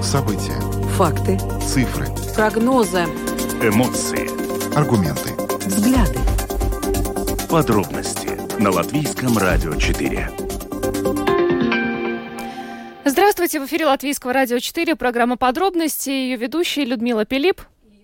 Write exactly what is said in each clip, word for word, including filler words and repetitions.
События. Факты. Цифры. Прогнозы. Эмоции. Аргументы. Взгляды. Подробности на Латвийском радио четыре. Здравствуйте, в эфире Латвийского радио четыре, программа «Подробности», ее ведущие Людмила Пилип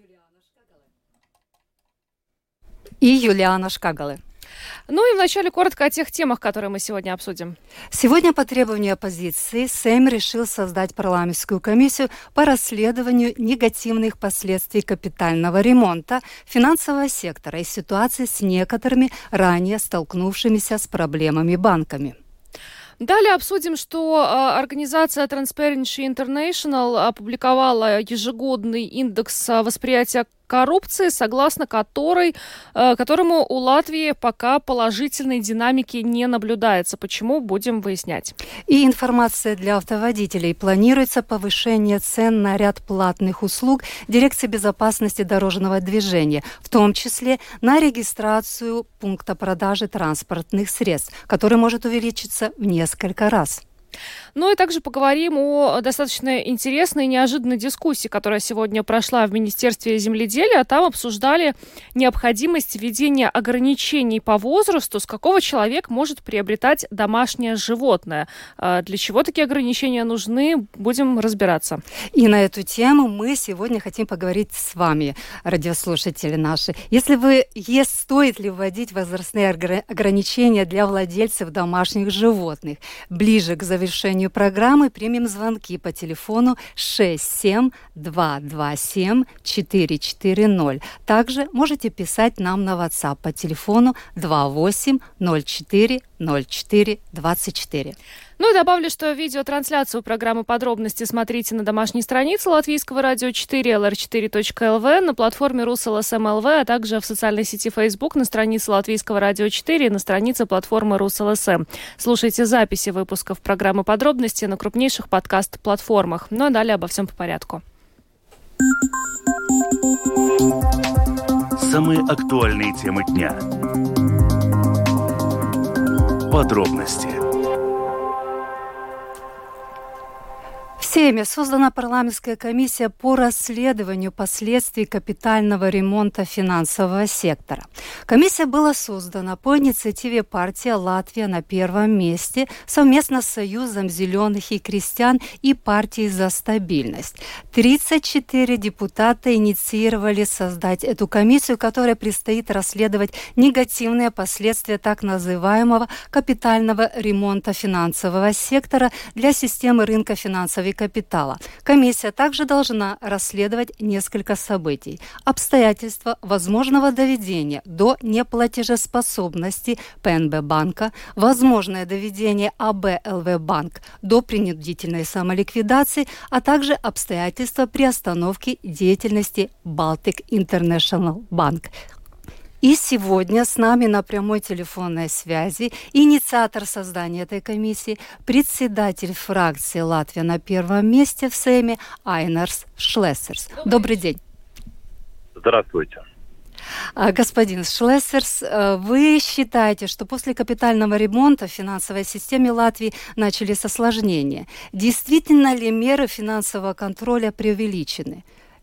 и Юлиана Шкагалы. Ну и вначале коротко о тех темах, которые мы сегодня обсудим. Сегодня по требованию оппозиции Сейм решил создать парламентскую комиссию по расследованию негативных последствий капитального ремонта финансового сектора и ситуации с некоторыми ранее столкнувшимися с проблемами банками. Далее обсудим, что э, организация Transparency International опубликовала ежегодный индекс восприятия коррупции, согласно которой, э, которому у Латвии пока положительной динамики не наблюдается. Почему, будем выяснять. И информация для автоводителей. Планируется повышение цен на ряд платных услуг Дирекции безопасности дорожного движения, в том числе на регистрацию пункта продажи транспортных средств, который может увеличиться в несколько раз. Ну и также поговорим о достаточно интересной и неожиданной дискуссии, которая сегодня прошла в Министерстве земледелия. Там обсуждали необходимость введения ограничений по возрасту, с какого человек может приобретать домашнее животное. Для чего такие ограничения нужны, будем разбираться. И на эту тему мы сегодня хотим поговорить с вами, радиослушатели наши. Если вы, есть, стоит ли вводить возрастные ограничения для владельцев домашних животных? Ближе к завершению программы примем звонки по телефону шесть семь два два семь четыре четыре ноль. Также можете писать нам на WhatsApp по телефону два восемь ноль четыре ноль четыре двадцать четыре. Ну и добавлю, что видеотрансляцию программы «Подробности» смотрите на домашней странице Латвийского радио четыре, эл эр четыре точка эл ви, на платформе РусЛСМ эл ви, а также в социальной сети Facebook, на странице Латвийского радио четыре и на странице платформы РусЛСМ. Слушайте записи выпусков программы «Подробности» на крупнейших подкаст-платформах. Ну а далее обо всем по порядку. Самые актуальные темы дня. Подробности. В Сейме создана парламентская комиссия по расследованию последствий капитального ремонта финансового сектора. Комиссия была создана по инициативе партии «Латвия на первом месте» совместно с Союзом зеленых и крестьян и партией «За стабильность». тридцать четыре депутата инициировали создать эту комиссию, которая предстоит расследовать негативные последствия так называемого капитального ремонта финансового сектора для системы рынка финансовой капитала. Комиссия также должна расследовать несколько событий. Обстоятельства возможного доведения до неплатежеспособности пэ эн бэ банка, возможное доведение а бэ эл вэ банк до принудительной самоликвидации, а также обстоятельства приостановки деятельности Baltic International Bank. И сегодня с нами на прямой телефонной связи инициатор создания этой комиссии, председатель фракции «Латвия на первом месте» в Сейме Айнарс Шлессерс. Добрый день. Здравствуйте. Господин Шлессерс, вы считаете, что после капитального ремонта в финансовой системе Латвии начались осложнения? Действительно ли меры финансового контроля преувеличены?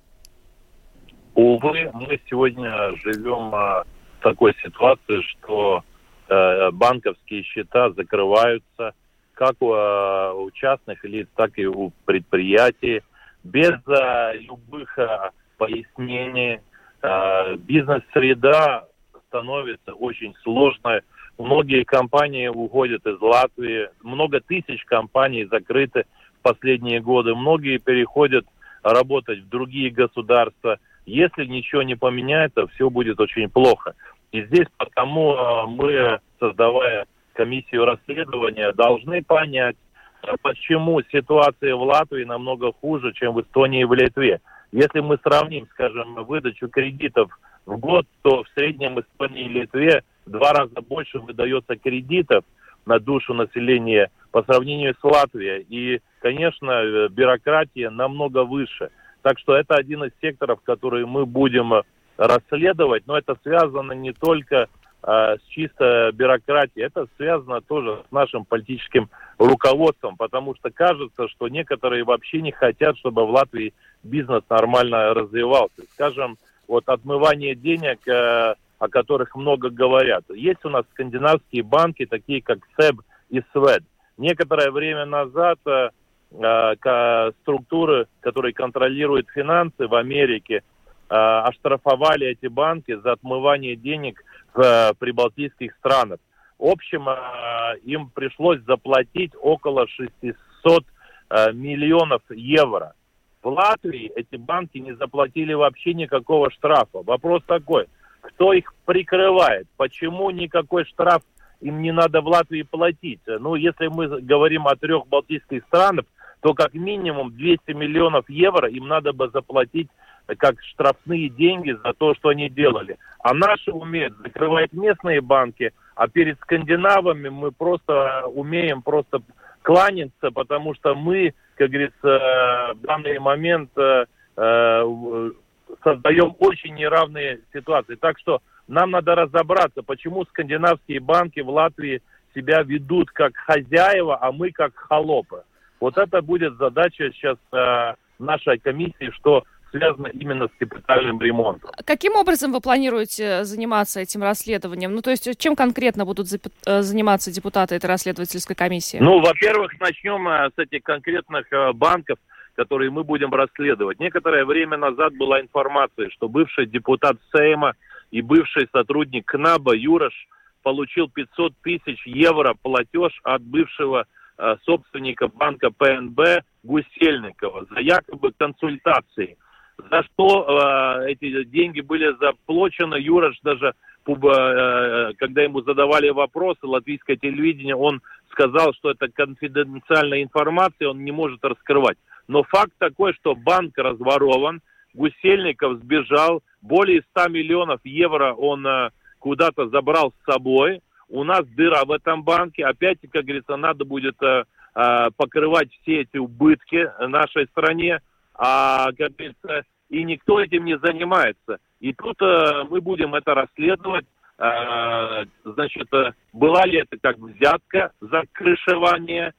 Увы, мы сегодня живем в такой ситуации, что э, банковские счета закрываются как у, у частных лиц, так и у предприятий без э, любых э, пояснений. Э, бизнес-среда становится очень сложной. Многие компании уходят из Латвии. Много тысяч компаний закрыты в последние годы. Многие переходят работать в другие государства. Если ничего не поменяется, все будет очень плохо. И здесь потому мы, создавая комиссию расследования, должны понять, почему ситуация в Латвии намного хуже, чем в Эстонии и в Литве. Если мы сравним, скажем, выдачу кредитов в год, то в среднем в Эстонии и Литве в два раза больше выдается кредитов на душу населения по сравнению с Латвией. И, конечно, бюрократия намного выше. Так что это один из секторов, который мы будем расследовать, но это связано не только с чисто бюрократией. Это связано тоже с нашим политическим руководством, потому что кажется, что некоторые вообще не хотят, чтобы в Латвии бизнес нормально развивался. Скажем, вот отмывание денег, о которых много говорят. Есть у нас скандинавские банки, такие как сэб и свэд. Некоторое время назад структуры, которые контролируют финансы в Америке, оштрафовали эти банки за отмывание денег в прибалтийских странах. В общем, им пришлось заплатить около шестьсот миллионов евро. В Латвии эти банки не заплатили вообще никакого штрафа. Вопрос такой, кто их прикрывает? Почему никакой штраф им не надо в Латвии платить? Ну, если мы говорим о трех балтийских странах, то как минимум двести миллионов евро им надо бы заплатить как штрафные деньги за то, что они делали. А наши умеют закрывать местные банки, а перед скандинавами мы просто умеем просто кланяться, потому что мы, как говорится, в данный момент э, создаем очень неравные ситуации. Так что нам надо разобраться, почему скандинавские банки в Латвии себя ведут как хозяева, а мы как холопы. Вот это будет задача сейчас э, нашей комиссии, что связано именно с капитальным ремонтом. Каким образом вы планируете заниматься этим расследованием? Ну, то есть, чем конкретно будут заниматься депутаты этой расследовательской комиссии? Ну, во-первых, начнем с этих конкретных банков, которые мы будем расследовать. Некоторое время назад была информация, что бывший депутат Сейма и бывший сотрудник КНАБа Юраш получил пятьсот тысяч евро платеж от бывшего э, собственника банка Пэ Эн Бэ Гусельникова за якобы консультации. За что э, эти деньги были заплачены, Юраш даже, э, когда ему задавали вопросы, латвийское телевидение, он сказал, что это конфиденциальная информация, он не может раскрывать. Но факт такой, что банк разворован, Гусельников сбежал, более ста миллионов евро он э, куда-то забрал с собой. У нас дыра в этом банке. Опять, как говорится, надо будет э, э, покрывать все эти убытки нашей стране. А, как говорится, и никто этим не занимается. И тут э, мы будем это расследовать. Э, значит, э, была ли это как взятка за крышевание,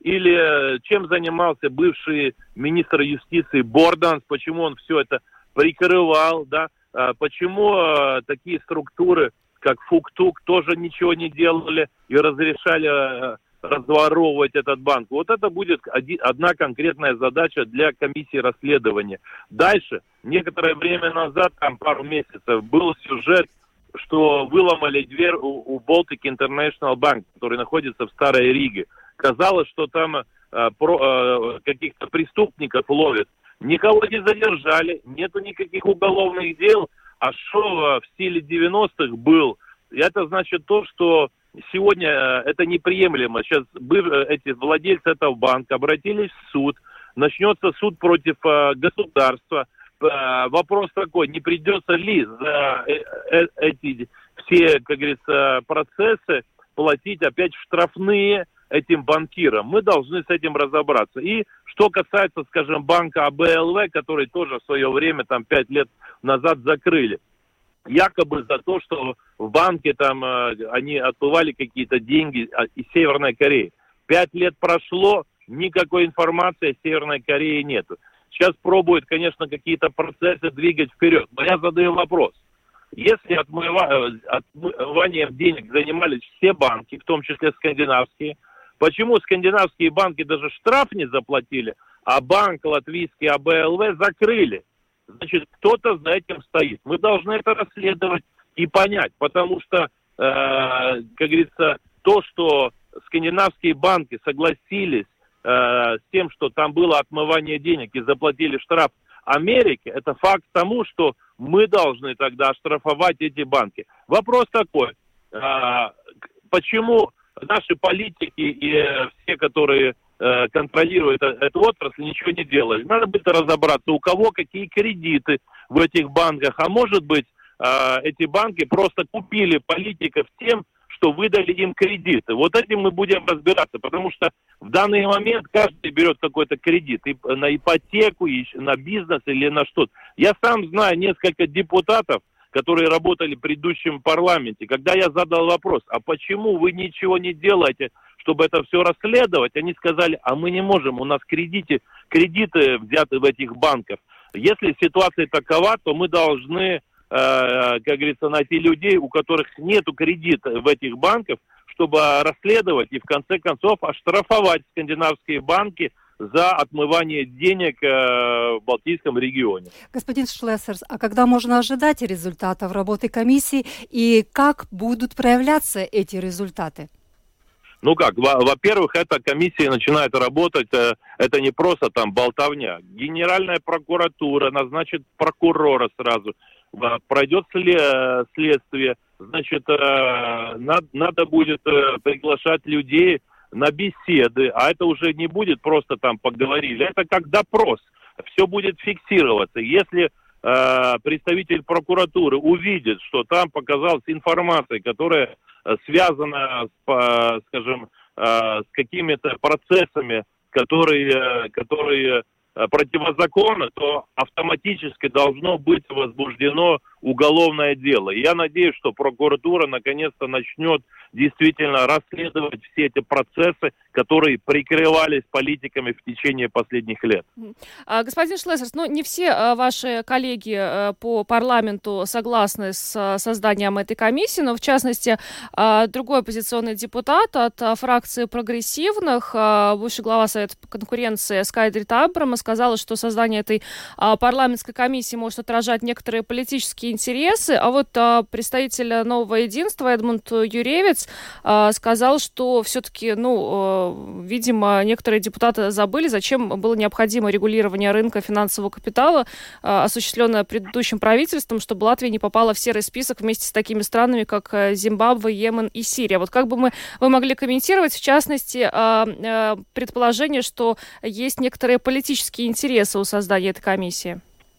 или чем занимался бывший министр юстиции Борданс, почему он все это прикрывал, да, э, почему э, такие структуры, как Фуктук, тоже ничего не делали и разрешали э, разворовывать этот банк. Вот это будет один, одна конкретная задача для комиссии расследования. Дальше, некоторое время назад, там пару месяцев, был сюжет, что выломали дверь у, у Baltic International Bank, который находится в Старой Риге. Казалось, что там э, про, э, каких-то преступников ловят. Никого не задержали, нету никаких уголовных дел, а шоу в стиле девяностых был. И это значит то, что сегодня это неприемлемо. Сейчас эти владельцы этого банка обратились в суд, начнется суд против э, государства. Э, вопрос такой, не придется ли за э, эти все, как говорится, процессы платить опять штрафные этим банкирам. Мы должны с этим разобраться. И что касается, скажем, банка А Бэ Эл Вэ, который тоже в свое время, там, пять лет назад закрыли. Якобы за то, что в банке там э, они отплывали какие-то деньги из Северной Кореи. Пять лет прошло, никакой информации о Северной Корее нету. Сейчас пробуют, конечно, какие-то процессы двигать вперед. Но я задаю вопрос. Если отмыва... отмыванием денег занимались все банки, в том числе скандинавские, почему скандинавские банки даже штраф не заплатили, а банк латвийский А Бэ Эл Вэ закрыли? Значит, кто-то за этим стоит. Мы должны это расследовать и понять, потому что, э, как говорится, то, что скандинавские банки согласились э, с тем, что там было отмывание денег и заплатили штраф Америке, это факт тому, что мы должны тогда оштрафовать эти банки. Вопрос такой, э, почему наши политики и все, которые э, контролируют эту отрасль, ничего не делали. Надо будет разобраться, у кого какие кредиты в этих банках. А может быть, э, эти банки просто купили политиков тем, что выдали им кредиты. Вот этим мы будем разбираться, потому что в данный момент каждый берет какой-то кредит и на ипотеку, и на бизнес или на что-то. Я сам знаю несколько депутатов, которые работали в предыдущем парламенте. Когда я задал вопрос, а почему вы ничего не делаете, чтобы это все расследовать, они сказали, а мы не можем, у нас кредиты, кредиты взяты в этих банках. Если ситуация такова, то мы должны, э, как говорится, найти людей, у которых нету кредита в этих банках, чтобы расследовать и в конце концов оштрафовать скандинавские банки за отмывание денег э, в Балтийском регионе. Господин Шлессерс, а когда можно ожидать результатов работы комиссии и как будут проявляться эти результаты? Ну как, во-первых, эта комиссия начинает работать, это не просто там болтовня. Генеральная прокуратура назначит прокурора сразу, пройдет следствие, значит, надо будет приглашать людей на беседы, а это уже не будет просто там поговорили, это как допрос, все будет фиксироваться. Если представитель прокуратуры увидит, что там показалась информация, которая связана, с, скажем, с какими-то процессами, которые, которые противозаконны, то автоматически должно быть возбуждено уголовное дело. И я надеюсь, что прокуратура наконец-то начнет действительно расследовать все эти процессы, которые прикрывались политиками в течение последних лет. Господин Шлессерс, ну не все ваши коллеги по парламенту согласны с созданием этой комиссии, но в частности другой оппозиционный депутат от фракции прогрессивных, бывший глава Совета по конкуренции Скайдрит Абрама, сказала, что создание этой парламентской комиссии может отражать некоторые политические интересы, а вот представитель Нового единства Эдмунд Юревец сказал, что все-таки, ну, видимо, некоторые депутаты забыли, зачем было необходимо регулирование рынка финансового капитала, осуществленное предыдущим правительством, чтобы Латвия не попала в серый список вместе с такими странами, как Зимбабве, Йемен и Сирия. Вот как бы мы, вы могли комментировать, в частности, предположение, что есть некоторые политические интересы у создания этой комиссии?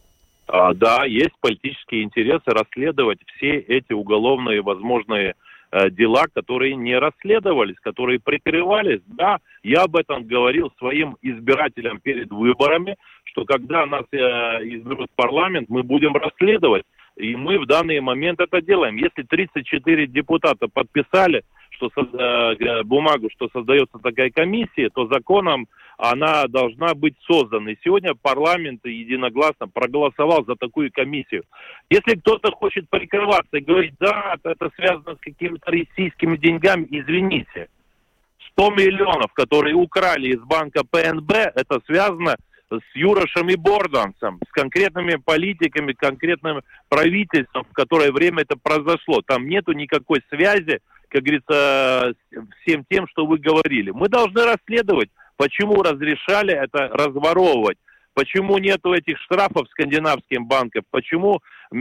А, да, есть политические интересы расследовать все эти уголовные возможные э, дела, которые не расследовались, которые прикрывались. Да, я об этом говорил своим избирателям перед выборами, что когда нас э, изберут в парламент, мы будем расследовать. И мы в данный момент это делаем. Если тридцать четыре депутата подписали что, э, бумагу, что создается такая комиссия, то законом она должна быть создана. И сегодня парламент единогласно проголосовал за такую комиссию. Если кто-то хочет прикрываться и говорить, да, это связано с какими-то российскими деньгами, извините. сто миллионов, которые украли из банка ПНБ, это связано с Юрошем и Бордансом, с конкретными политиками, конкретным правительством, в которое время это произошло. Там нету никакой связи, как говорится, с всем тем, что вы говорили. Мы должны расследовать, почему разрешали это разворовывать, почему нету этих штрафов скандинавским банкам, почему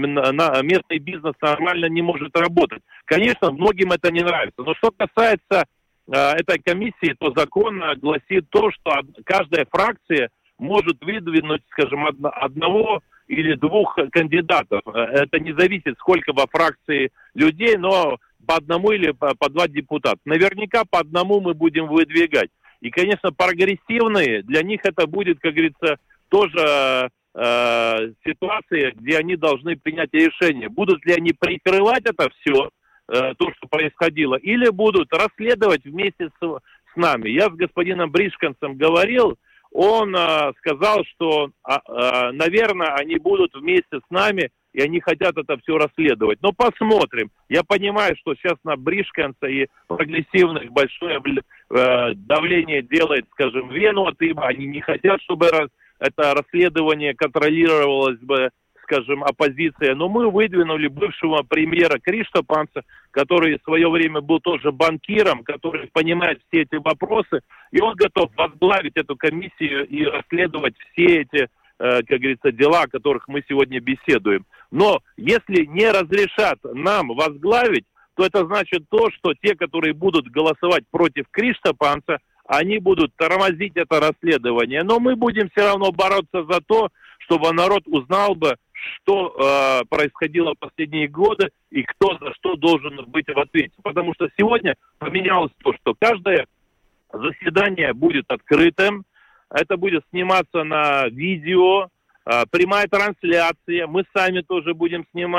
местный бизнес нормально не может работать. Конечно, многим это не нравится. Но что касается э, этой комиссии, то закон гласит то, что каждая фракция может выдвинуть, скажем, одно, одного или двух кандидатов. Это не зависит, сколько во фракции людей, но по одному или по, по два депутата. Наверняка по одному мы будем выдвигать. И, конечно, прогрессивные, для них это будет, как говорится, тоже э, ситуация, где они должны принять решение. Будут ли они прикрывать это все, э, то, что происходило, или будут расследовать вместе с, с нами. Я с господином Бришканцем говорил, он э, сказал, что, э, э, наверное, они будут вместе с нами, и они хотят это все расследовать. Но посмотрим. Я понимаю, что сейчас на Бришканца и прогрессивных большое э, давление делает, скажем, Венуатыба. Они не хотят, чтобы раз, это расследование контролировалось бы, скажем, оппозиция. Но мы выдвинули бывшего премьера Криштопанца, который в свое время был тоже банкиром, который понимает все эти вопросы, и он готов возглавить эту комиссию и расследовать все эти, э, как говорится, дела, о которых мы сегодня беседуем. Но если не разрешат нам возглавить, то это значит то, что те, которые будут голосовать против Криштопанца, они будут тормозить это расследование. Но мы будем все равно бороться за то, чтобы народ узнал бы, что э, происходило в последние годы и кто за что должен быть в ответе. Потому что сегодня поменялось то, что каждое заседание будет открытым, это будет сниматься на видео, прямая трансляция, мы сами тоже будем снимать.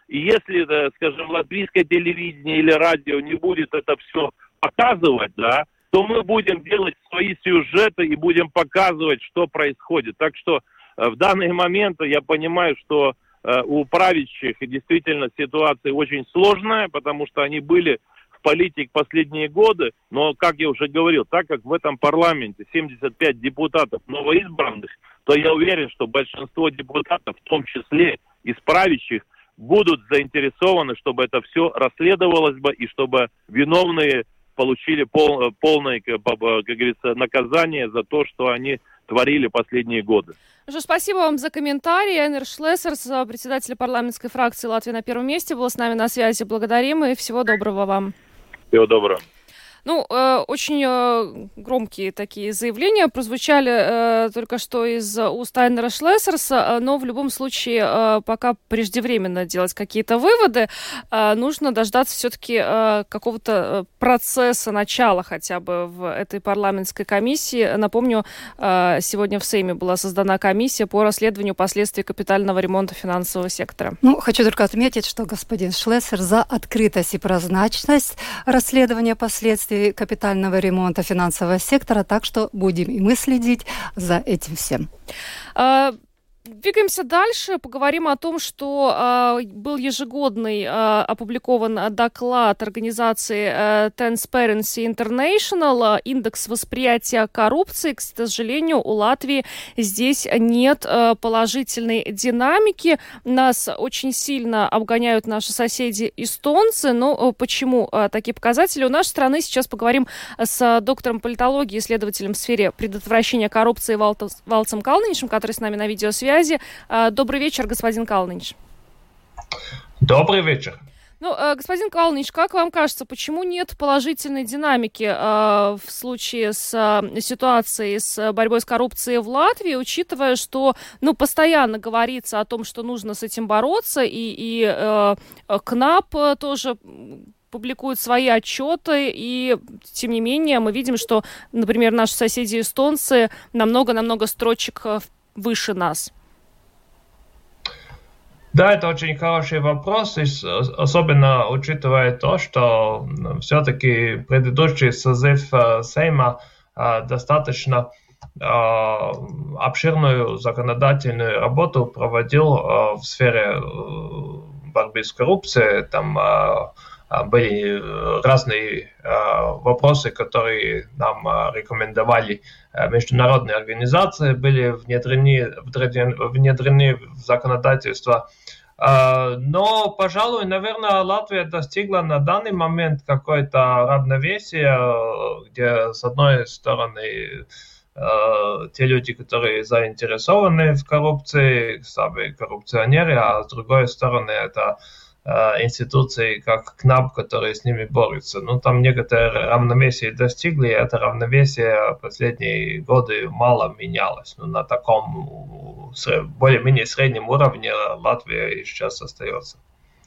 И если, скажем, латвийское телевидение или радио не будет это все показывать, да, то мы будем делать свои сюжеты и будем показывать, что происходит. Так что в данный момент я понимаю, что у правящих действительно ситуация очень сложная, потому что они были в политике последние годы, но, как я уже говорил, так как в этом парламенте семьдесят пять депутатов новоизбранных, то я уверен, что большинство депутатов, в том числе из правящих, будут заинтересованы, чтобы это все расследовалось бы и чтобы виновные получили пол, полное, как говорится, наказание за то, что они творили последние годы. Что, спасибо вам за комментарий. Айнер Шлессерс, председатель парламентской фракции «Латвия на первом месте», был с нами на связи. Благодарим и всего доброго вам. Всего доброго. Ну, э, очень э, громкие такие заявления прозвучали э, только что из уст Айнера Шлессерса, но в любом случае э, пока преждевременно делать какие-то выводы. Э, нужно дождаться все-таки э, какого-то процесса, начала хотя бы в этой парламентской комиссии. Напомню, э, сегодня в Сейме была создана комиссия по расследованию последствий капитального ремонта финансового сектора. Ну, хочу только отметить, что господин Шлессер за открытость и прозрачность расследования последствий капитального ремонта финансового сектора, так что будем и мы следить за этим всем. Двигаемся дальше, поговорим о том, что э, был ежегодный э, опубликован доклад организации э, Transparency International, индекс восприятия коррупции. К сожалению, у Латвии здесь нет э, положительной динамики. Нас очень сильно обгоняют наши соседи эстонцы. Но почему э, такие показатели? У нашей страны сейчас поговорим с доктором политологии, исследователем в сфере предотвращения коррупции Валцем Калниничем, который с нами на видеосвязи. Добрый вечер, господин Калнинич. Добрый вечер. Ну, господин Калнинич, как вам кажется, почему нет положительной динамики э, в случае с э, ситуацией с борьбой с коррупцией в Латвии, учитывая, что, ну, постоянно говорится о том, что нужно с этим бороться, и, и э, КНАП тоже публикуют свои отчеты, и, тем не менее, мы видим, что, например, наши соседи эстонцы намного-намного строчек выше нас. Да, это очень хороший вопрос, особенно учитывая то, что все-таки предыдущий созыв Сейма достаточно обширную законодательную работу проводил в сфере борьбы с коррупцией. Там были разные вопросы, которые нам рекомендовали международные организации, были внедрены, внедрены в законодательство. Но, пожалуй, наверное, Латвия достигла на данный момент какое-то равновесие, где, с одной стороны, те люди, которые заинтересованы в коррупции, сами коррупционеры, а с другой стороны, это институции, как КНАП, которые с ними борются. Ну, там некоторые равновесие достигли, и это равновесие последние годы мало менялось. Но на таком более-менее среднем уровне Латвия сейчас остается.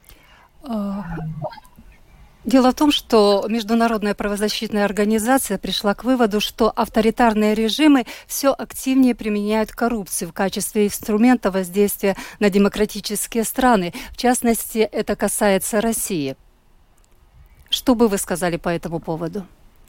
Дело в том, что Международная правозащитная организация пришла к выводу, что авторитарные режимы все активнее применяют коррупцию в качестве инструмента воздействия на демократические страны. В частности, это касается России. Что бы вы сказали по этому поводу?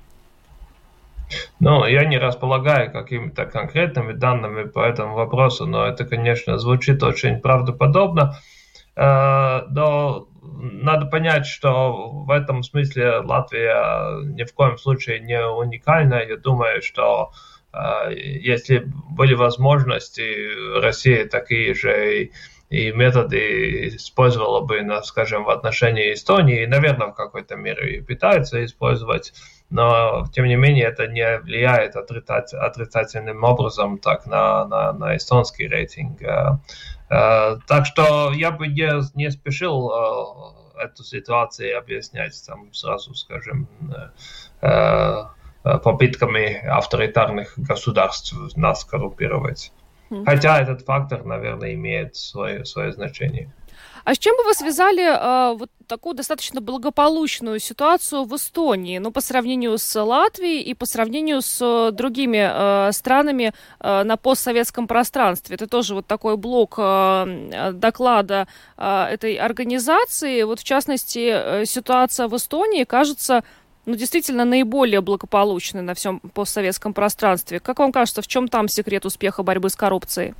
Ну, я не располагаю какими-то конкретными данными по этому вопросу, но это, конечно, звучит очень правдоподобно. Но надо понять, что в этом смысле Латвия ни в коем случае не уникальна. Я думаю, что э, если были возможности, Россия такие же и, и методы использовала бы, скажем, в отношении Эстонии, и, наверное, в какой-то мере и пытаются использовать, но, тем не менее, это не влияет отрицать, отрицательным образом так на, на, на эстонский рейтинг. Uh, так что я бы не, не спешил uh, эту ситуацию объяснять там сразу, скажем, uh, uh, попытками авторитарных государств нас коррумпировать. Mm. Хотя этот фактор, наверное, имеет свое, свое значение. А с чем бы вы связали э, вот такую достаточно благополучную ситуацию в Эстонии, ну, по сравнению с Латвией и по сравнению с э, другими э, странами э, на постсоветском пространстве? Это тоже вот такой блок э, доклада э, этой организации. Вот, в частности, э, ситуация в Эстонии кажется, ну, действительно наиболее благополучной на всем постсоветском пространстве. Как вам кажется, в чем там секрет успеха борьбы с коррупцией?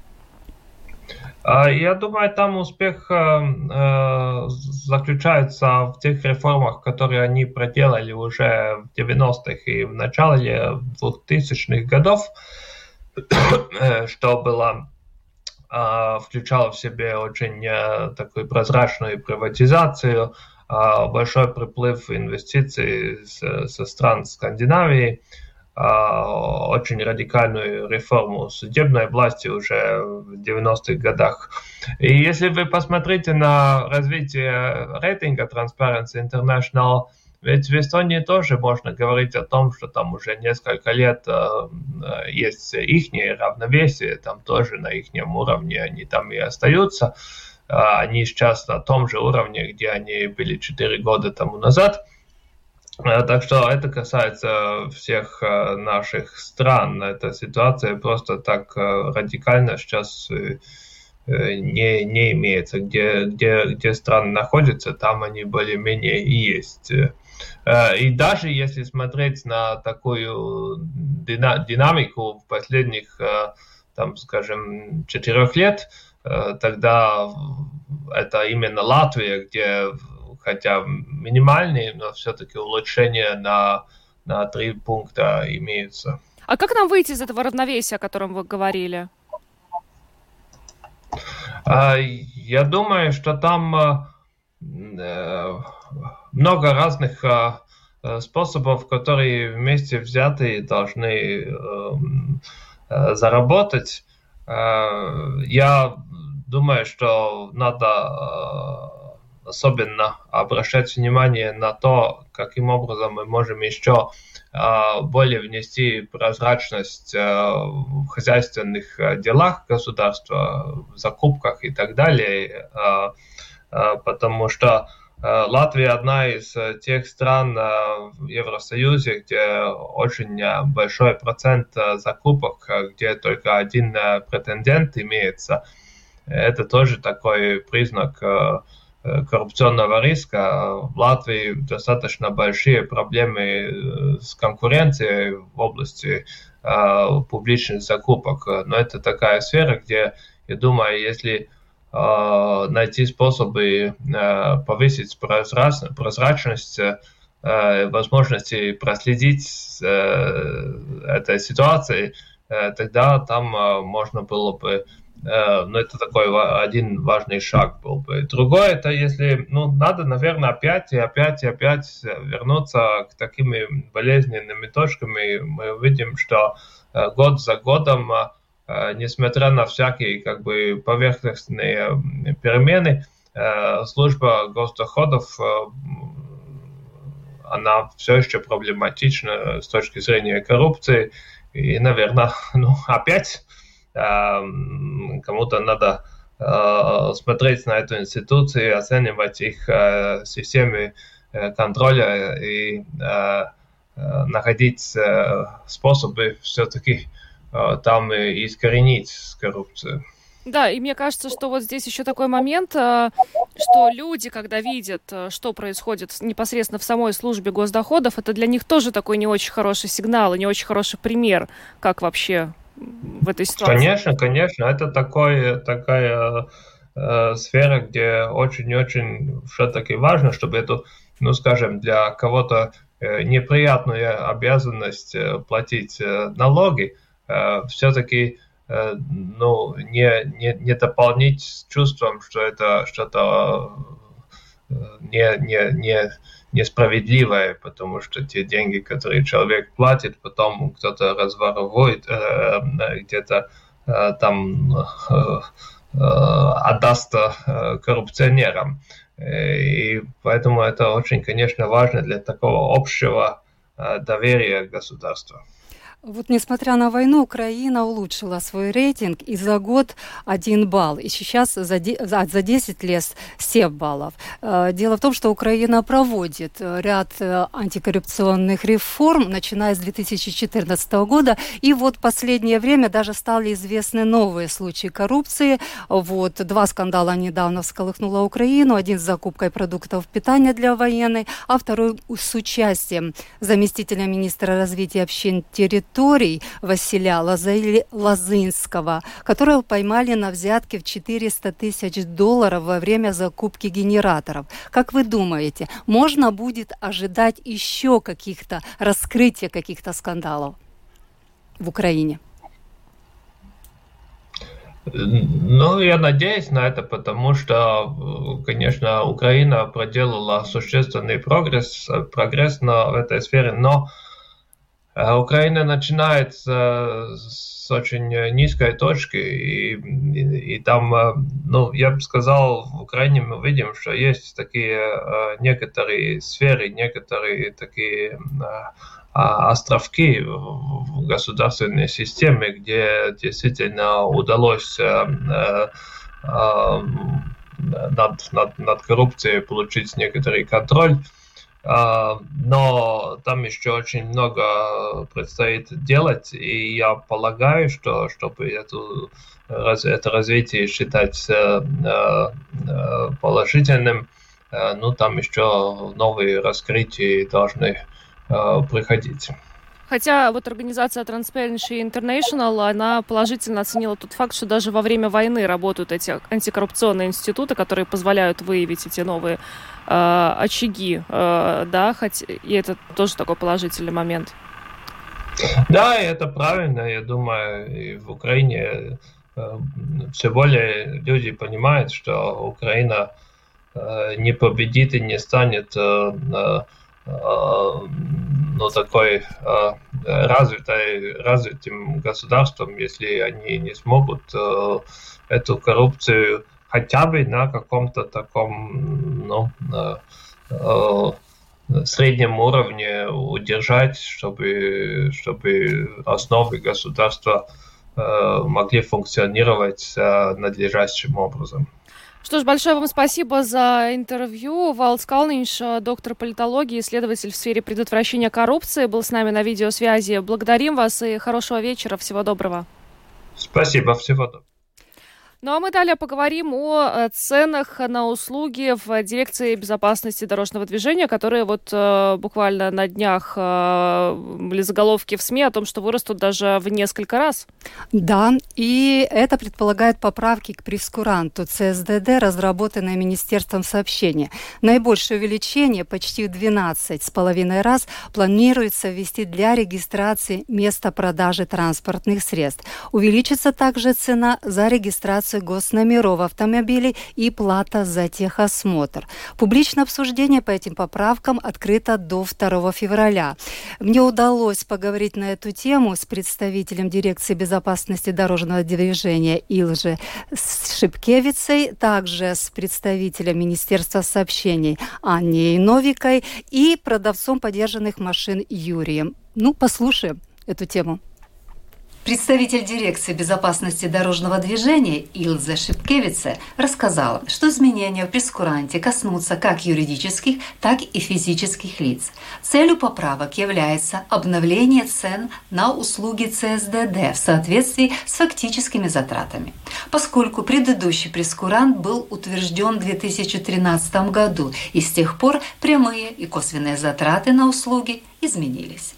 Я думаю, там успех э, заключается в тех реформах, которые они проделали уже в девяностых и в начале двухтысячных годов, что было, э, включало в себе очень э, такую прозрачную приватизацию, э, большой приплыв инвестиций с, со стран Скандинавии, очень радикальную реформу судебной власти уже в девяностых годах. И если вы посмотрите на развитие рейтинга Transparency International, ведь в Эстонии тоже можно говорить о том, что там уже несколько лет есть ихнее равновесие, там тоже на ихнем уровне они там и остаются. Они сейчас на том же уровне, где они были четыре года тому назад. Так что это касается всех наших стран. Эта ситуация просто так радикально сейчас не, не имеется. Где, где, где страны находятся, там они более-менее и есть. И даже если смотреть на такую динамику в последних, там, скажем, четырех лет, тогда это именно Латвия, где хотя минимальные, но все-таки улучшения на, на три пункта имеются. А как нам выйти из этого равновесия, о котором вы говорили? Я думаю, что там много разных способов, которые вместе взятые должны заработать. Я думаю, что надо особенно обращать внимание на то, каким образом мы можем еще э, более внести прозрачность э, в хозяйственных делах государства, в закупках и так далее, э, э, потому что э, Латвия одна из тех стран э, в Евросоюзе, где очень большой процент закупок, где только один претендент имеется. Это тоже такой признак э, коррупционного риска. В Латвии достаточно большие проблемы с конкуренцией в области э, публичных закупок. Но это такая сфера, где, я думаю, если э, найти способы э, повысить прозрач- прозрачность, э, возможности проследить э, этой ситуации, э, тогда там э, можно было бы. Но это такой один важный шаг был бы. Другое, это если, ну, надо, наверное, опять и опять и опять вернуться к таким болезненными точкам. Мы увидим, что год за годом, несмотря на всякие как бы поверхностные перемены, служба госдоходов, она все еще проблематична с точки зрения коррупции. И, наверное, ну, опять кому-то надо э, смотреть на эту институцию, оценивать их э, системы э, контроля и э, э, находить э, способы все-таки э, там и искоренить коррупцию. Да, и мне кажется, что вот здесь еще такой момент, что люди, когда видят, что происходит непосредственно в самой службе госдоходов, это для них тоже такой не очень хороший сигнал и не очень хороший пример, как вообще в этой ситуации. Конечно, конечно. Это такой, такая э, сфера, где очень-очень все-таки важно, чтобы эту, ну, скажем, для кого-то э, неприятную обязанность э, платить э, налоги, э, все-таки э, ну, не, не, не дополнить с чувством, что это что-то э, не, не, не несправедливое, потому что те деньги, которые человек платит, потом кто-то разворовывает, э, где-то э, там э, э, отдаст э, коррупционерам. И поэтому это очень, конечно, важно для такого общего доверия государства. Вот несмотря на войну, Украина улучшила свой рейтинг, и за год один балл, и сейчас за десять лет семь баллов. Дело в том, что Украина проводит ряд антикоррупционных реформ, начиная с две тысячи четырнадцатого года, и вот в последнее время даже стали известны новые случаи коррупции. Вот два скандала недавно всколыхнула Украину, один с закупкой продуктов питания для военных, а второй с участием заместителя министра развития общин территорий Василия Лозинского, которого поймали на взятке в четыреста тысяч долларов во время закупки генераторов. Как вы думаете, можно будет ожидать еще каких-то раскрытия каких-то скандалов в Украине? Ну, я надеюсь на это, потому что, конечно, Украина проделала существенный прогресс, прогресс на, в этой сфере, но Украина начинает с, с очень низкой точки, и, и, и там, ну, я бы сказал, в Украине мы видим, что есть такие некоторые сферы, некоторые такие островки в государственной системе, где действительно удалось над, над, над коррупцией получить некоторый контроль. Но там еще очень много предстоит делать, и я полагаю, что чтобы эту, это развитие считать положительным, ну там еще новые раскрытия должны приходить. Хотя вот организация Transparency International, она положительно оценила тот факт, что даже во время войны работают эти антикоррупционные институты, которые позволяют выявить эти новые э, очаги, э, да, хоть и это тоже такой положительный момент. Да, это правильно, я думаю, и в Украине э, все более люди понимают, что Украина э, не победит и не станет э, э, ну, такой э, развитой, развитым государством, если они не смогут э, эту коррупцию хотя бы на каком-то таком, ну, э, э, среднем уровне удержать, чтобы, чтобы основы государства э, могли функционировать э, надлежащим образом. Что ж, большое вам спасибо за интервью. Валдс Калнинш, доктор политологии, исследователь в сфере предотвращения коррупции, был с нами на видеосвязи. Благодарим вас и хорошего вечера. Всего доброго. Спасибо, всего доброго. Ну а мы далее поговорим о ценах на услуги в Дирекции безопасности дорожного движения, которые вот э, буквально на днях э, были заголовки в СМИ о том, что вырастут даже в несколько раз. Да, и это предполагает поправки к прейскуранту ЦСДД, разработанной Министерством сообщения. Наибольшее увеличение, почти в двенадцать с половиной раз, планируется ввести для регистрации места продажи транспортных средств. Увеличится также цена за регистрацию госномеров автомобилей и плата за техосмотр. Публичное обсуждение по этим поправкам открыто до второго февраля. Мне удалось поговорить на эту тему с представителем Дирекции безопасности дорожного движения Илжи Шипкевицей, также с представителем Министерства сообщений Анной Новикой и продавцом подержанных машин Юрием. Ну, послушаем эту тему. Представитель Дирекции безопасности дорожного движения Илза Шипкевица рассказала, что изменения в прейскуранте коснутся как юридических, так и физических лиц. Целью поправок является обновление цен на услуги ЦСДД в соответствии с фактическими затратами. Поскольку предыдущий прейскурант был утвержден в две тысячи тринадцатом году, и с тех пор прямые и косвенные затраты на услуги изменились.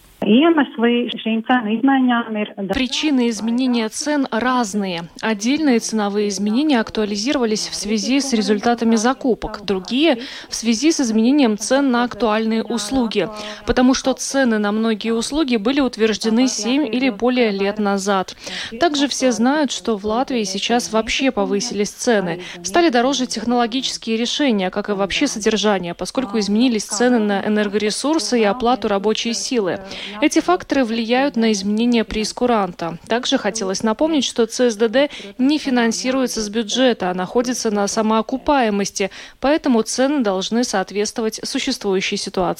Причины изменения цен разные. Отдельные ценовые изменения актуализировались в связи с результатами закупок, другие – в связи с изменением цен на актуальные услуги, потому что цены на многие услуги были утверждены семь или более лет назад. Также все знают, что в Латвии сейчас вообще повысились цены. Стали дороже технологические решения, как и вообще содержание, поскольку изменились цены на энергоресурсы и оплату рабочей силы. Эти факторы влияют на изменение прейскуранта. Также хотелось напомнить, что ЦСДД не финансируется с бюджета, а находится на самоокупаемости, поэтому цены должны соответствовать существующей ситуации.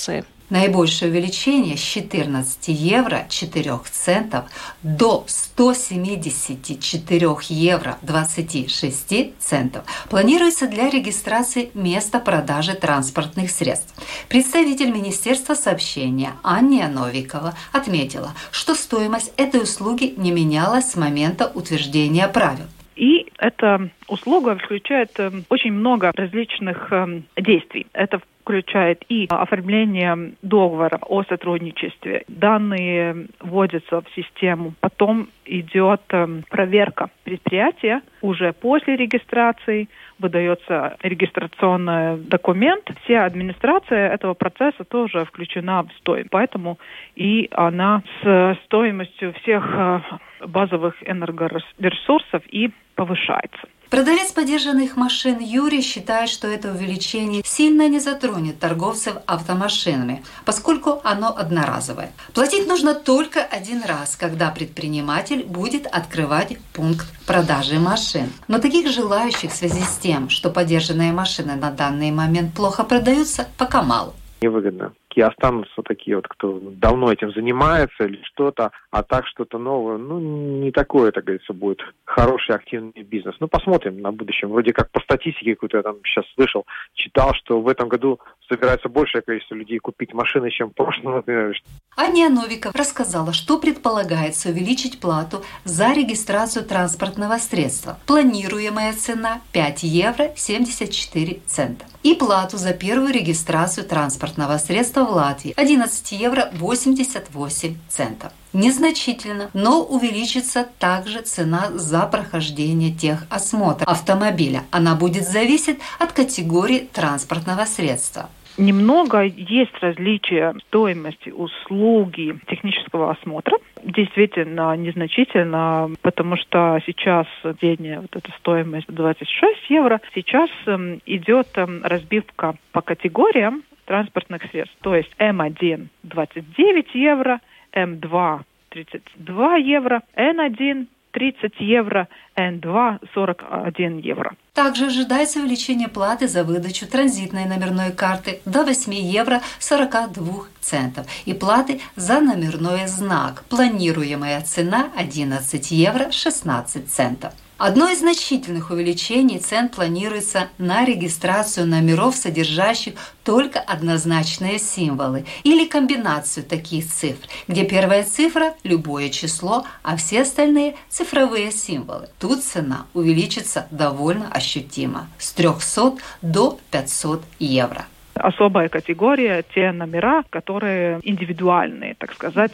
Наибольшее увеличение с четырнадцати евро четырёх центов до ста семидесяти четырёх евро двадцати шести центов планируется для регистрации места продажи транспортных средств. Представитель Министерства сообщения Анна Новикова отметила, что стоимость этой услуги не менялась с момента утверждения правил. И эта услуга включает очень много различных действий. Это включает и оформление договора о сотрудничестве. Данные вводятся в систему. Потом идет проверка предприятия. Уже после регистрации выдается регистрационный документ. Вся администрация этого процесса тоже включена в стоимость. Поэтому и она с стоимостью всех базовых энергоресурсов и повышается. Продавец подержанных машин Юрий считает, что это увеличение сильно не затронет торговцев автомашинами, поскольку оно одноразовое. Платить нужно только один раз, когда предприниматель будет открывать пункт продажи машин. Но таких желающих в связи с тем, что подержанные машины на данный момент плохо продаются, пока мало. Невыгодно. И останутся такие вот, кто давно этим занимается или что-то, а так что-то новое, ну, не такое, так говорится, будет хороший, активный бизнес. Ну, посмотрим на будущем. Вроде как по статистике, какую-то я там сейчас слышал, читал, что в этом году собирается большее количество людей купить машины, чем в прошлом, например. Аня Новикова рассказала, что предполагается увеличить плату за регистрацию транспортного средства. Планируемая цена пять евро семьдесят четыре цента. И плату за первую регистрацию транспортного средства в Латвии одиннадцать евро восемьдесят восемь центов. Незначительно, но увеличится также цена за прохождение техосмотра автомобиля. Она будет зависеть от категории транспортного средства. Немного есть различия в стоимости услуги технического осмотра. Действительно, незначительно, потому что сейчас средняя вот эта стоимость двадцать шесть евро. Сейчас э, идет э, разбивка по категориям транспортных средств. То есть эм один двадцать девять евро, эм два тридцать два евро, эн один тридцать евро, эн два сорок один евро. Также ожидается увеличение платы за выдачу транзитной номерной карты до восемь евро сорок два центов и платы за номерной знак. Планируемая цена одиннадцать евро шестнадцать центов. Одно из значительных увеличений цен планируется на регистрацию номеров, содержащих только однозначные символы или комбинацию таких цифр, где первая цифра – любое число, а все остальные – цифровые символы. Тут цена увеличится довольно ощутимо – с трехсот до пятисот евро. Особая категория – те номера, которые индивидуальные, так сказать,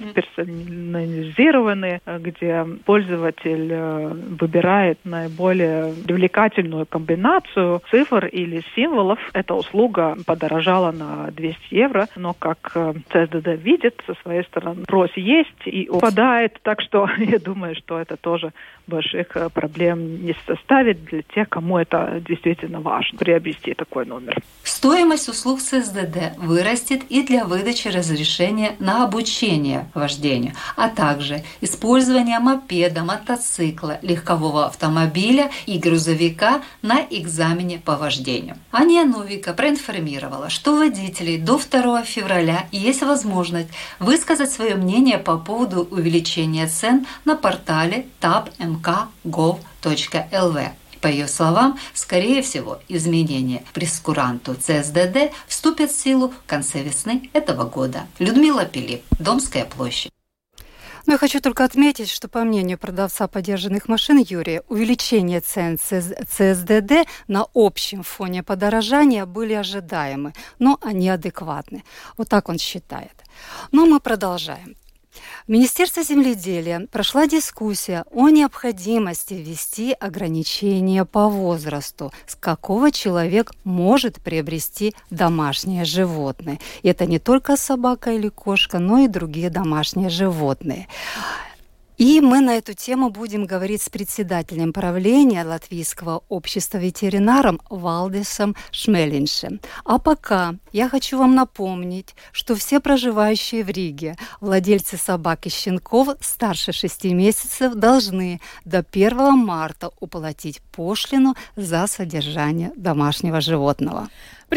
персонализированные, где пользователь выбирает наиболее привлекательную комбинацию цифр или символов. Эта услуга подорожала на двести евро, но как ЦСДД видит, со своей стороны спрос есть и упадает, так что я думаю, что это тоже больших проблем не составит для тех, кому это действительно важно, приобрести такой номер. Стоимость услуг ЦСДД вырастет и для выдачи разрешения на обучение вождению, а также использования мопеда, мотоцикла, легкового автомобиля и грузовика на экзамене по вождению. Аня Новика проинформировала, что у водителей до второго февраля есть возможность высказать свое мнение по поводу увеличения цен на портале тап эм ка гов точка эл ви. По ее словам, скорее всего, изменения прескуранту ЦСДД вступят в силу в конце весны этого года. Людмила Пилип, Домская площадь. Но я хочу только отметить, что по мнению продавца подержанных машин Юрия, увеличение цен ЦСДД на общем фоне подорожания были ожидаемы, но они адекватны. Вот так он считает. Но мы продолжаем. В Министерстве земледелия прошла дискуссия о необходимости ввести ограничения по возрасту, с какого человек может приобрести домашнее животное. И это не только собака или кошка, но и другие домашние животные. И мы на эту тему будем говорить с председателем правления Латвийского общества ветеринаром Валдисом Шмелиншем. А пока я хочу вам напомнить, что все проживающие в Риге, владельцы собак и щенков старше шести месяцев, должны до первого марта уплатить пошлину за содержание домашнего животного.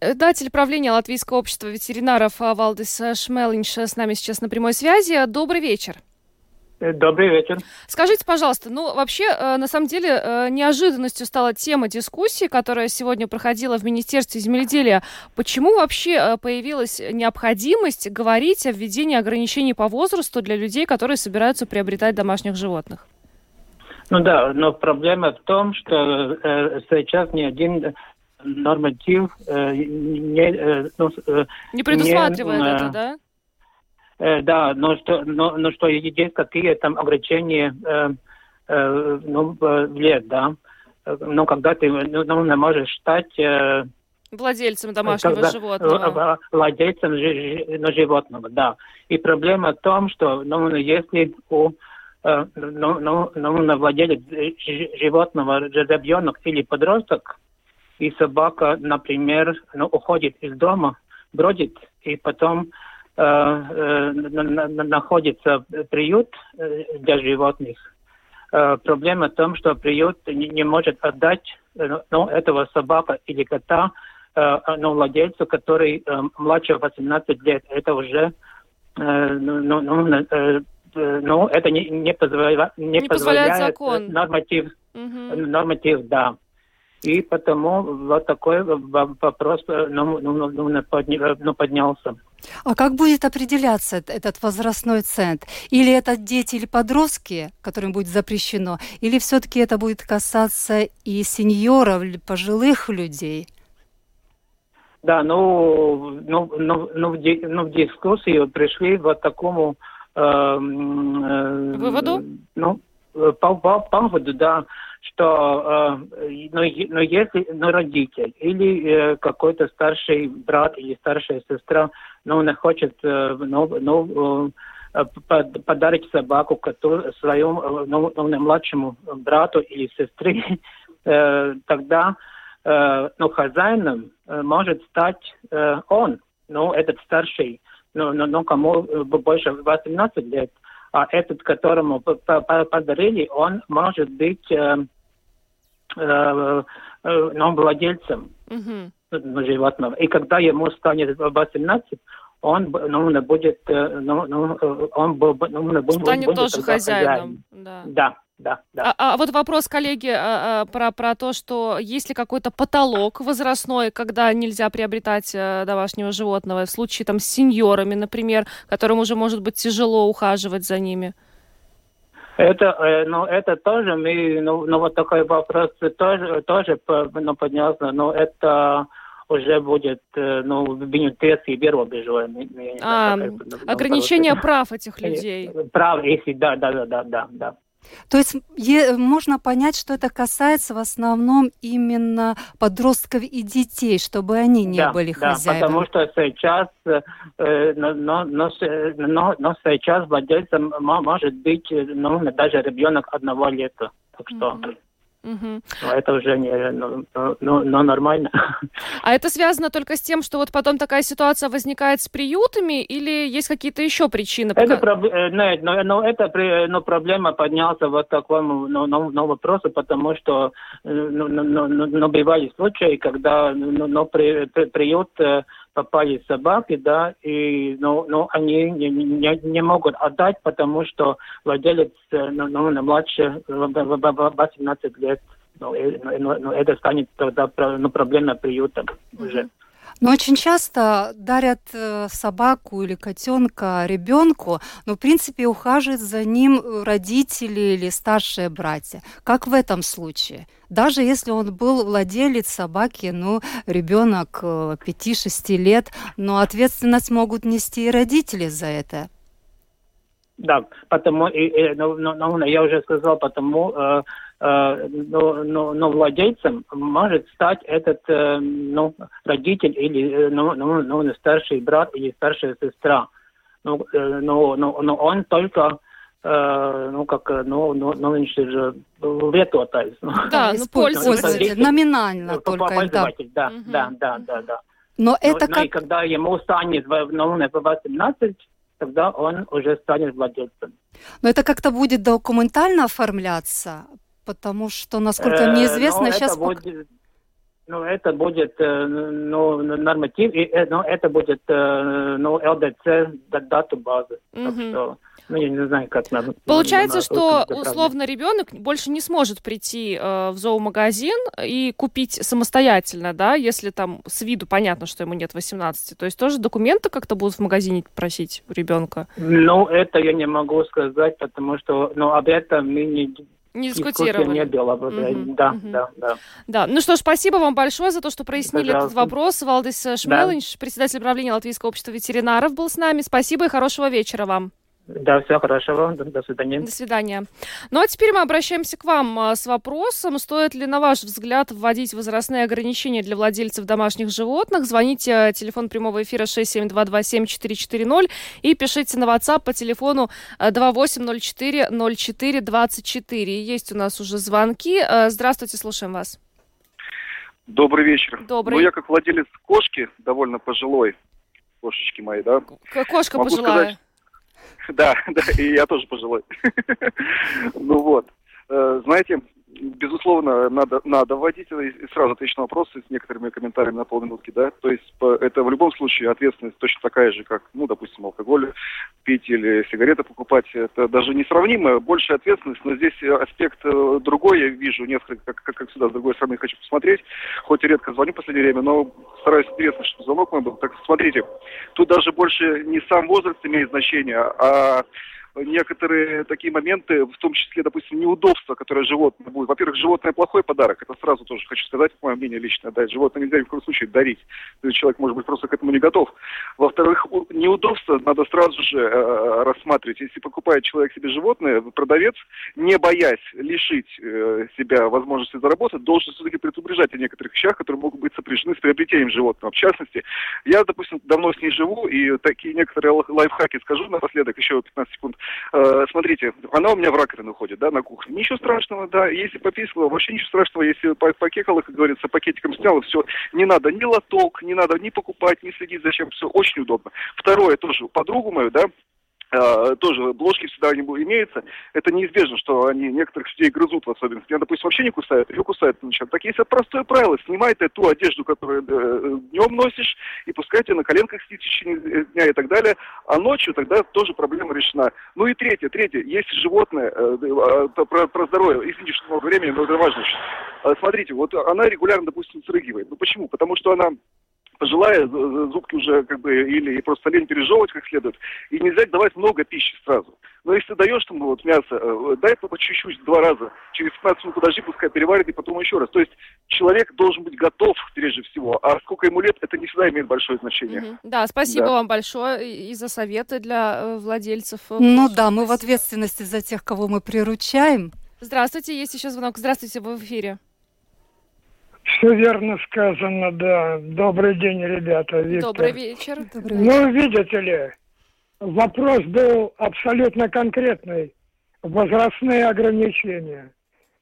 Председатель правления Латвийского общества ветеринаров Валдис Шмелинш с нами сейчас на прямой связи. Добрый вечер. Добрый вечер. Скажите, пожалуйста, ну вообще, на самом деле, неожиданностью стала тема дискуссии, которая сегодня проходила в Министерстве земледелия. Почему вообще появилась необходимость говорить о введении ограничений по возрасту для людей, которые собираются приобретать домашних животных? Ну да, но проблема в том, что э, сейчас ни один норматив э, не, э, ну, э, не предусматривает не, это, да? Э, да, но что, но, но что есть какие там ограничения э, э, ну, в лет, да. Но когда ты ну, ну, можешь стать э, владельцем домашнего когда, животного. Владельцем ну, животного, да. И проблема в том, что ну, если у э, ну, ну, ну, владелец животного ребенок или подросток, и собака, например, ну, уходит из дома, бродит, и потом э, э, на, на, находится приют для животных. Э, проблема в том, что приют не, не может отдать ну, этого собака или кота э, ну, владельцу, который э, младше восемнадцати лет. Это уже э, ну, ну, э, ну, это не, не, позволя, не, не позволяет, позволяет закон. Норматив, угу. норматив, да. И потому вот такой вопрос ну, ну, ну, поднялся. А как будет определяться этот возрастной ценз? Или это дети или подростки, которым будет запрещено, или все-таки это будет касаться и сеньоров, пожилых людей? Да, ну, ну, ну, ну, в, ди, ну в дискуссию пришли вот к такому э, э, выводу? Ну, по, по поводу, да, что э, ну, ну, если ну, родитель или э, какой-то старший брат или старшая сестра ну, она хочет э, ну, ну, э, подарить собаку который, своему ну, ну, младшему брату или сестре, э, тогда э, ну, хозяином э, может стать э, он, ну, этот старший, ну, ну, ну, кому больше восемнадцати лет. А этот, которому подарили, он может быть э, э, э, ну, владельцем uh-huh. животного. И когда ему станет восемнадцать, он ну, будет, ну, ну, он ну, станет будет тоже хозяином. хозяином. Да. Да. Да, да. А, а вот вопрос, коллеги, а, а, про, про то, что есть ли какой-то потолок возрастной, когда нельзя приобретать а, домашнего животного, в случае там с сеньорами, например, которым уже может быть тяжело ухаживать за ними? Это, э, ну, это тоже, мы, ну, ну, вот такой вопрос тоже, тоже ну, поднялся, но это уже будет, ну, в Министерстве Биробиджа. А, ограничение прав этих людей. Прав, если, да, да, да, да, да, да. То есть е- можно понять, что это касается в основном именно подростков и детей, чтобы они не да, были да, хозяевами. Потому что сейчас, э, но, но, но, но сейчас владельцем может быть ну, даже ребенок одного лета. Так что mm-hmm. Mm-hmm. Ну, это уже не ну, ну, ну, нормально. А это связано только с тем, что вот потом такая ситуация возникает с приютами, или есть какие-то еще причины? Это, проб... Нет, но, но это но проблема поднялась вот такому ну, ну, вопросу, потому что ну, ну, ну, ну, бывали случаи, когда ну, ну, при, при, приют попали собаки, да, и ну, ну, они не, не, не могут отдать, потому что владелец ну, ну, младше восемнадцати лет. Ну, ну, ну, это станет тогда ну, проблемой приюта уже. Но очень часто дарят э, собаку или котенка ребенку, но в принципе ухаживают за ним родители или старшие братья. Как в этом случае? Даже если он был владелец собаки, ну, ребенок э, пяти-шести лет, но ответственность могут нести и родители за это. Да, потому, и, и, ну, ну, я уже сказал, потому э, э, ну, ну, ну, владельцем может стать этот э, ну, родитель или ну, ну, ну, старший брат или старшая сестра. Ну, э, ну, ну, ну он только э, ну, как, ну, ну, ну, он же вето-то. Да, ну, пользователь, номинально только. Пользователь, да, угу. да, да, да, да. Но, Но это ну, как... И когда ему станет ну, восемнадцать, тогда он уже станет владельцем. Но это как-то будет документально оформляться, потому что, насколько мне известно, э, сейчас... Будет... ну, это будет, ну, норматив, и, ну, это будет, ну, эл ди си, дату базы. Mm-hmm. Так что, ну, я не знаю, как надо. Получается, надо, что надо, условно ребенок больше не сможет прийти э, в зоомагазин и купить самостоятельно, да, если там с виду понятно, что ему нет восемнадцати. То есть тоже документы как-то будут в магазине просить у ребенка? Ну, это я не могу сказать, потому что, ну, об этом мы не... Не дискутировали. Не было бы, uh-huh, да, uh-huh. да, да. Да, ну что ж, спасибо вам большое за то, что прояснили Пожалуйста. Этот вопрос. Валдис Шмелинч, да. председатель правления Латвийского общества ветеринаров, был с нами. Спасибо и хорошего вечера вам. Да, всего хорошего. До, до свидания. До свидания. Ну а теперь мы обращаемся к вам с вопросом, стоит ли, на ваш взгляд, вводить возрастные ограничения для владельцев домашних животных. Звоните, телефон прямого эфира шесть семь два два семь четыре четыре ноль и пишите на WhatsApp по телефону два восемь ноль четыре ноль четыре двадцать четыре. Есть у нас уже звонки. Здравствуйте, слушаем вас. Добрый вечер. Добрый. Ну, я как владелец кошки, довольно пожилой, кошечки мои, да? Кошка могу пожилая. Сказать, да, да, и я тоже пожилой. Ну вот, знаете, безусловно, надо, надо вводить, и сразу отвечу на вопросы с некоторыми комментариями на полминутки, да, то есть это в любом случае ответственность точно такая же, как, ну, допустим, алкоголь пить или сигареты покупать, это даже несравнимая, большая ответственность, но здесь аспект другой, я вижу несколько, как, как, как всегда, с другой стороны хочу посмотреть, хоть и редко звоню в последнее время, но стараюсь интересно, чтобы звонок мой был, так смотрите, тут даже больше не сам возраст имеет значение, а некоторые такие моменты, в том числе, допустим, неудобства, которое животное будет. Во-первых, животное плохой подарок, это сразу тоже хочу сказать, мое мнение личное, да, животное нельзя ни в коем случае дарить, то есть человек, может быть, просто к этому не готов. Во-вторых, неудобства надо сразу же э, рассматривать. Если покупает человек себе животное, продавец, не боясь лишить э, себя возможности заработать, должен все-таки предупреждать о некоторых вещах, которые могут быть сопряжены с приобретением животного. В частности, я, допустим, давно с ней живу, и такие некоторые лайфхаки скажу напоследок, еще пятнадцать секунд. Э, смотрите, она у меня в раковину ходит, да, на кухне. Ничего страшного, да, если пописала, вообще ничего страшного, если покекала, как говорится, пакетиком сняла, все, не надо ни лоток, не надо ни покупать, ни следить, зачем, все очень удобно. Второе, тоже подругу мою, да, Uh, тоже ложки всегда не имеются. Это неизбежно, что они некоторых людей грызут в особенности. Меня, допустим, вообще не кусают, ее кусают по ночам. Так есть простое правило. Снимай ты ту одежду, которую э, днем носишь, и пускай тебя на коленках сидит в течение дня и так далее. А ночью тогда тоже проблема решена. Ну и третье, третье. Есть животное, э, э, про, про здоровье. Извините, что много времени, но это важно. Э, смотрите, вот она регулярно, допустим, срыгивает. Ну почему? Потому что она пожилая, зубки уже как бы, или просто лень пережевывать как следует, и нельзя давать много пищи сразу. Но если даешь там вот мясо, дай по чуть-чуть два раза, через пятнадцать минут подожди, пускай переварит, и потом еще раз. То есть человек должен быть готов прежде всего, а сколько ему лет, это не всегда имеет большое значение. Mm-hmm. Да, спасибо да. вам большое и за советы для э, владельцев. Ну да, мы в ответственности за тех, кого мы приручаем. Здравствуйте, есть еще звонок. Здравствуйте, вы в эфире. Все верно сказано, да. Добрый день, ребята. Виктор. Добрый вечер. Добрый вечер. Ну, видите ли, вопрос был абсолютно конкретный. Возрастные ограничения.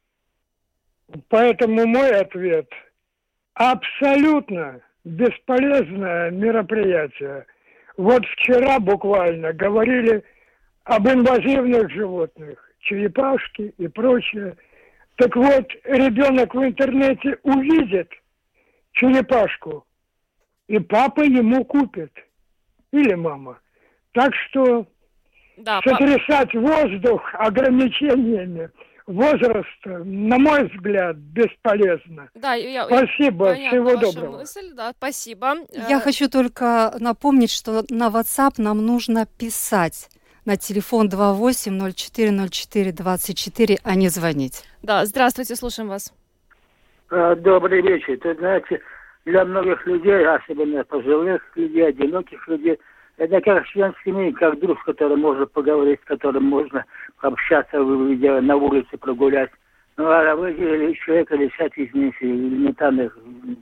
Поэтому мой ответ – абсолютно бесполезное мероприятие. Вот вчера буквально говорили об инвазивных животных, черепашки и прочее. Так вот, ребенок в интернете увидит черепашку, и папа ему купит. Или мама. Так что да, сотрясать пап... воздух ограничениями возраста, на мой взгляд, бесполезно. Да, я, спасибо, я, всего ваша доброго. Мысль, да, спасибо. Я хочу только напомнить, что на WhatsApp нам нужно писать на телефон два восемь ноль четыре ноль четыре двадцать четыре, а не звонить. Да, здравствуйте, слушаем вас. Добрый вечер. Тут, знаете, для многих людей, особенно пожилых людей, одиноких людей, это как член семьи, как друг, с которым можно поговорить, с которым можно общаться, выйдя на улице, прогулять. Ну, а вы человека лишать из элементарных...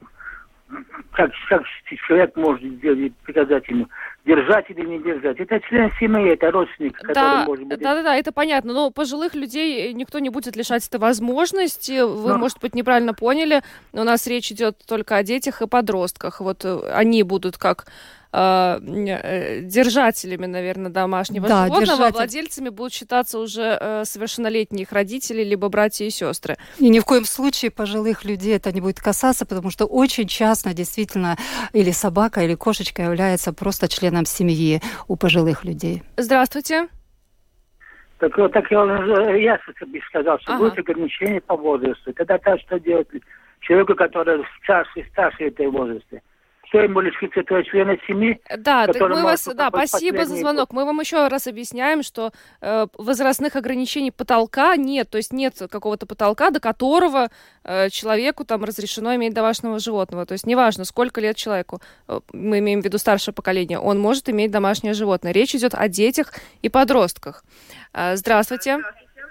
Как, как человек может сделать, приказать ему держать или не держать. Это член семьи, это родственник, который да, может быть... Да, да, да, это понятно. Но пожилых людей никто не будет лишать этой возможности. Вы, но... может быть, неправильно поняли. У нас речь идет только о детях и подростках. Вот они будут как э, держателями, наверное, домашнего да, животного, держатель. а владельцами будут считаться уже э, совершеннолетние их родители, либо братья и сестры. И ни в коем случае пожилых людей это не будет касаться, потому что очень часто действительно или собака, или кошечка является просто членом семьи у пожилых людей. Здравствуйте. Так, так я уже ясно бы сказал, что ага. будет ограничение по возрасту. Тогда так что делать человеку, который старше, старше этой возрасте? Что ему лишиться этого члена семьи? Да, так мы вас, да, спасибо за звонок. Мы вам еще раз объясняем, что э, возрастных ограничений потолка нет, то есть нет какого-то потолка, до которого э, человеку там разрешено иметь домашнего животного. То есть неважно, сколько лет человеку, э, мы имеем в виду старшее поколение, он может иметь домашнее животное. Речь идет о детях и подростках. Э, здравствуйте.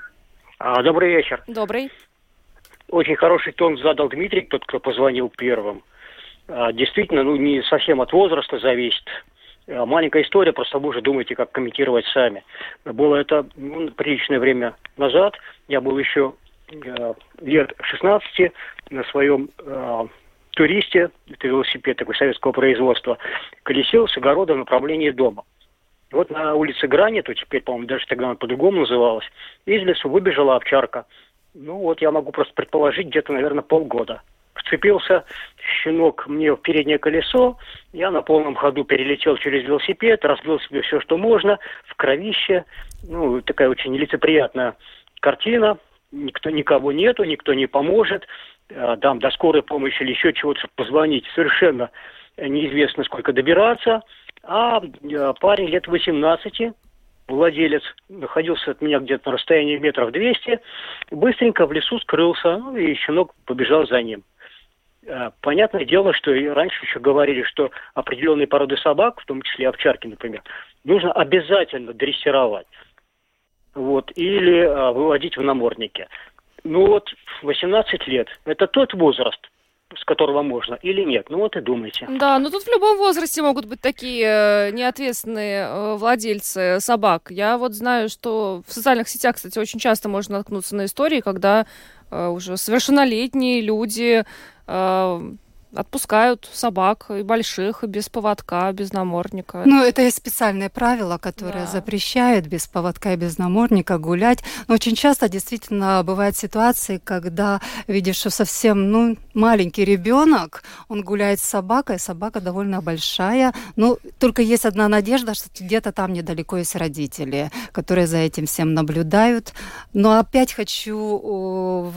А, добрый вечер. Добрый. Очень хороший тон задал Дмитрий, тот, кто позвонил первым. Действительно, ну, не совсем от возраста зависит. Маленькая история, просто вы уже думаете, как комментировать сами. Было это ну, приличное время назад. Я был еще э, лет шестнадцати на своем э, туристе, это велосипед такой советского производства, колесил с огорода в направлении дома. Вот на улице Грани, то теперь, по-моему, даже тогда она по-другому называлась, из лесу выбежала овчарка. Ну вот я могу просто предположить, где-то, наверное, полгода. Вцепился щенок мне в переднее колесо, я на полном ходу перелетел через велосипед, разбил себе все, что можно, в кровище. Ну, такая очень нелицеприятная картина. Никто, никого нету, никто не поможет. Там до скорой помощи или еще чего-то, чтобы позвонить, совершенно неизвестно, сколько добираться. А парень лет восемнадцати, владелец, находился от меня где-то на расстоянии метров двести, быстренько в лесу скрылся, ну и щенок побежал за ним. Понятное дело, что и раньше еще говорили, что определенные породы собак, в том числе овчарки, например, нужно обязательно дрессировать. Вот, или а, выводить в наморднике. Ну вот, восемнадцать лет, это тот возраст, с которого можно, или нет? Ну вот и думайте. Да, но тут в любом возрасте могут быть такие э, неответственные э, владельцы собак. Я вот знаю, что в социальных сетях, кстати, очень часто можно наткнуться на истории, когда э, уже совершеннолетние люди э, отпускают собак и больших, и без поводка, без намордника. Ну, это есть специальные правила, которые да. запрещают без поводка и без намордника гулять. Но очень часто действительно бывают ситуации, когда видишь, что совсем ну, маленький ребенок, он гуляет с собакой, собака довольно большая. Ну, только есть одна надежда, что где-то там недалеко есть родители, которые за этим всем наблюдают. Но опять хочу...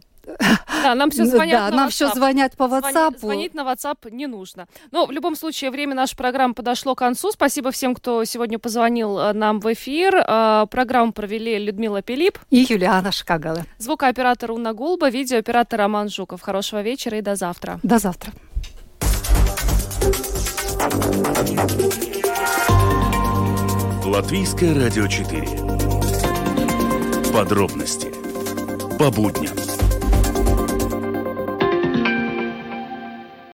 Да, нам все звонят да, на нам WhatsApp. все звонят по WhatsApp. Звонить, звонить на WhatsApp не нужно. Но в любом случае время нашей программы подошло к концу. Спасибо всем, кто сегодня позвонил нам в эфир. Программу провели Людмила Пилип и Юлиана Шкагала. Звукооператор Уна Гулба, видеооператор Роман Жуков. Хорошего вечера и до завтра. До завтра. Латвийское радио четыре. Подробности по будням.